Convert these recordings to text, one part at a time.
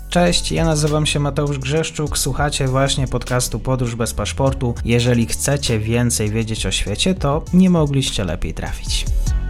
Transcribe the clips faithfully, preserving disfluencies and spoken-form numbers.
Cześć, ja nazywam się Mateusz Grzeszczuk, słuchacie właśnie podcastu Podróż bez paszportu. Jeżeli chcecie więcej wiedzieć o świecie, to nie mogliście lepiej trafić.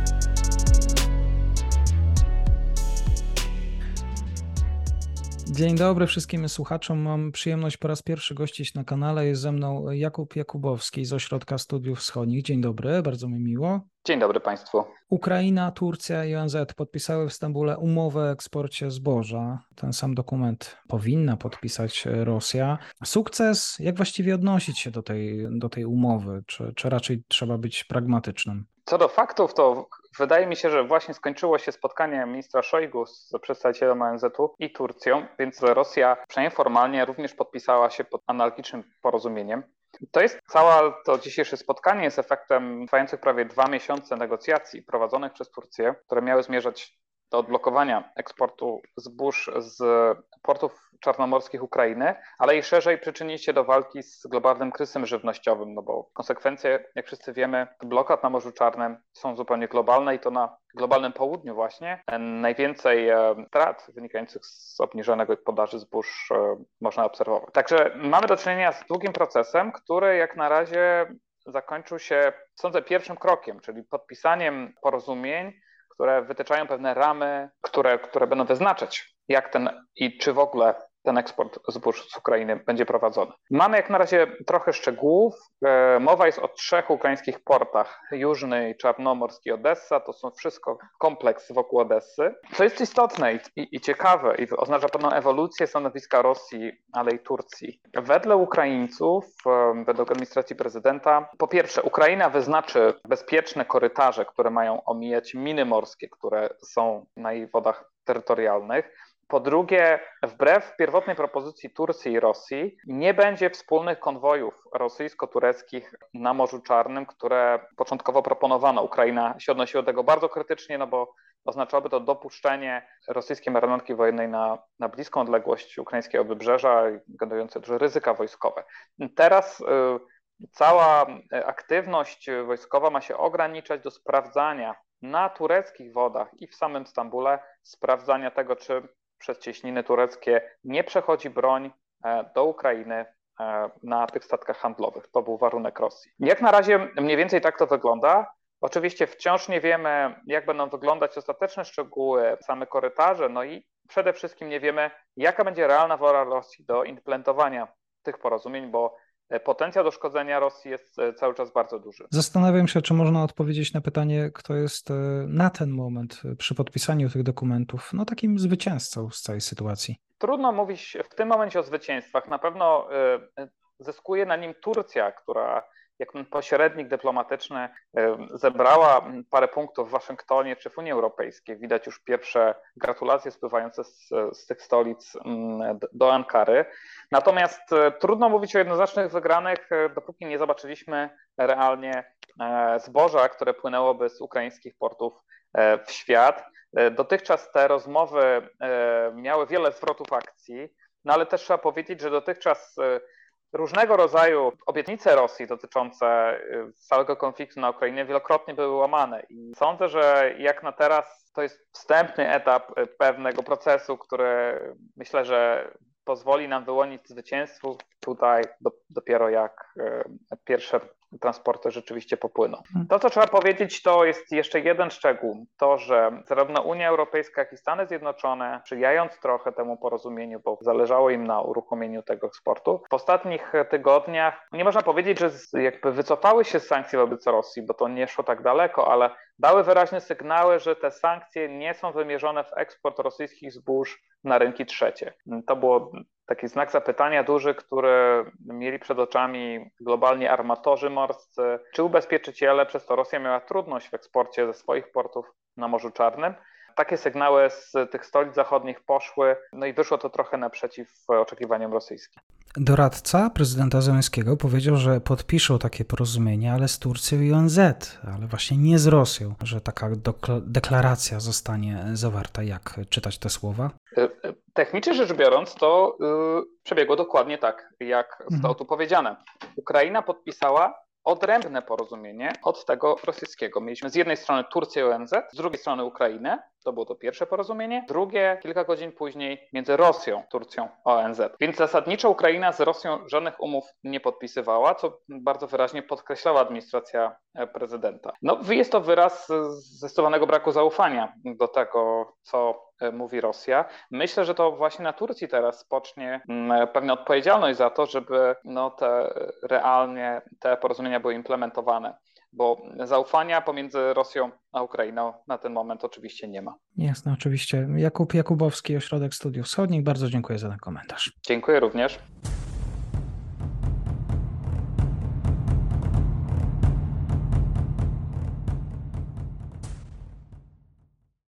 Dzień dobry wszystkim słuchaczom. Mam przyjemność po raz pierwszy gościć na kanale. Jest ze mną Jakub Jakubowski z Ośrodka Studiów Wschodnich. Dzień dobry, bardzo mi miło. Dzień dobry Państwu. Ukraina, Turcja i O N Z podpisały w Stambule umowę o eksporcie zboża. Ten sam dokument powinna podpisać Rosja. Sukces, jak właściwie odnosić się do tej, do tej umowy? Czy, czy raczej trzeba być pragmatycznym? Co do faktów, to wydaje mi się, że właśnie skończyło się spotkanie ministra Szojgu z przedstawicielem O N Z-u i Turcją, więc Rosja przynajmniej formalnie również podpisała się pod analogicznym porozumieniem. To jest całe to dzisiejsze spotkanie jest efektem trwających prawie dwa miesiące negocjacji prowadzonych przez Turcję, które miały zmierzać do odblokowania eksportu zbóż z portów czarnomorskich Ukrainy, ale i szerzej przyczynić się do walki z globalnym kryzysem żywnościowym, no bo konsekwencje, jak wszyscy wiemy, blokad na Morzu Czarnym są zupełnie globalne i to na globalnym południu właśnie najwięcej strat wynikających z obniżonego podaży zbóż można obserwować. Także mamy do czynienia z długim procesem, który jak na razie zakończył się, sądzę, pierwszym krokiem, czyli podpisaniem porozumień, które wytyczają pewne ramy, które, które będą wyznaczać, jak ten i czy w ogóle ten eksport zbóż z Ukrainy będzie prowadzony. Mamy jak na razie trochę szczegółów. Mowa jest o trzech ukraińskich portach. Jużny, Czarnomorski, Odessa. To są wszystko kompleks wokół Odessy. Co jest istotne i, i ciekawe i oznacza pewną ewolucję stanowiska Rosji, ale i Turcji. Wedle Ukraińców, według administracji prezydenta, po pierwsze Ukraina wyznaczy bezpieczne korytarze, które mają omijać miny morskie, które są na jej wodach terytorialnych. Po drugie, wbrew pierwotnej propozycji Turcji i Rosji, nie będzie wspólnych konwojów rosyjsko-tureckich na Morzu Czarnym, które początkowo proponowano. Ukraina się odnosiła do tego bardzo krytycznie, no bo oznaczałoby to dopuszczenie rosyjskiej marynarki wojennej na, na bliską odległość ukraińskiego wybrzeża, generujące duże ryzyka wojskowe. Teraz y, cała aktywność wojskowa ma się ograniczać do sprawdzania na tureckich wodach i w samym Stambule, sprawdzania tego, czy przez cieśniny tureckie nie przechodzi broń do Ukrainy na tych statkach handlowych. To był warunek Rosji. Jak na razie mniej więcej tak to wygląda. Oczywiście wciąż nie wiemy, jak będą wyglądać ostateczne szczegóły, same korytarze, no i przede wszystkim nie wiemy, jaka będzie realna wola Rosji do implementowania tych porozumień, bo potencjał do szkodzenia Rosji jest cały czas bardzo duży. Zastanawiam się, czy można odpowiedzieć na pytanie, kto jest na ten moment przy podpisaniu tych dokumentów no takim zwycięzcą z całej sytuacji. Trudno mówić w tym momencie o zwycięstwach. Na pewno zyskuje na nim Turcja, która jako pośrednik dyplomatyczny zebrała parę punktów w Waszyngtonie czy w Unii Europejskiej. Widać już pierwsze gratulacje spływające z, z tych stolic do Ankary. Natomiast trudno mówić o jednoznacznych wygranych, dopóki nie zobaczyliśmy realnie zboża, które płynęłoby z ukraińskich portów w świat. Dotychczas te rozmowy miały wiele zwrotów akcji, no ale też trzeba powiedzieć, że dotychczas różnego rodzaju obietnice Rosji dotyczące całego konfliktu na Ukrainie wielokrotnie były łamane i sądzę, że jak na teraz to jest wstępny etap pewnego procesu, który myślę, że pozwoli nam wyłonić zwycięstwo tutaj do, dopiero jak pierwsze transporty rzeczywiście popłyną. To, co trzeba powiedzieć, to jest jeszcze jeden szczegół. To, że zarówno Unia Europejska, jak i Stany Zjednoczone, sprzyjając trochę temu porozumieniu, bo zależało im na uruchomieniu tego eksportu, w ostatnich tygodniach, nie można powiedzieć, że jakby wycofały się z sankcji wobec Rosji, bo to nie szło tak daleko, ale dały wyraźne sygnały, że te sankcje nie są wymierzone w eksport rosyjskich zbóż na rynki trzecie. To było taki znak zapytania duży, który mieli przed oczami globalnie armatorzy morscy czy ubezpieczyciele, przez to Rosja miała trudność w eksporcie ze swoich portów na Morzu Czarnym. Takie sygnały z tych stolic zachodnich poszły, no i wyszło to trochę naprzeciw oczekiwaniom rosyjskim. Doradca prezydenta Zełenskiego powiedział, że podpiszą takie porozumienie, ale z Turcją i O N Z, ale właśnie nie z Rosją, że taka deklaracja zostanie zawarta. Jak czytać te słowa? Technicznie rzecz biorąc, to yy, przebiegło dokładnie tak, jak zostało tu powiedziane. Ukraina podpisała odrębne porozumienie od tego rosyjskiego. Mieliśmy z jednej strony Turcję i O N Z, z drugiej strony Ukrainę To było to pierwsze porozumienie. Drugie, kilka godzin później, między Rosją, Turcją, O N Z. Więc zasadniczo Ukraina z Rosją żadnych umów nie podpisywała, co bardzo wyraźnie podkreślała administracja prezydenta. No, jest to wyraz zdecydowanego braku zaufania do tego, co mówi Rosja. Myślę, że to właśnie na Turcji teraz spocznie pewna odpowiedzialność za to, żeby no, te realnie te porozumienia były implementowane, bo zaufania pomiędzy Rosją a Ukrainą na ten moment oczywiście nie ma. Jasne, oczywiście. Jakub Jakubowski, Ośrodek Studiów Wschodnich. Bardzo dziękuję za ten komentarz. Dziękuję również.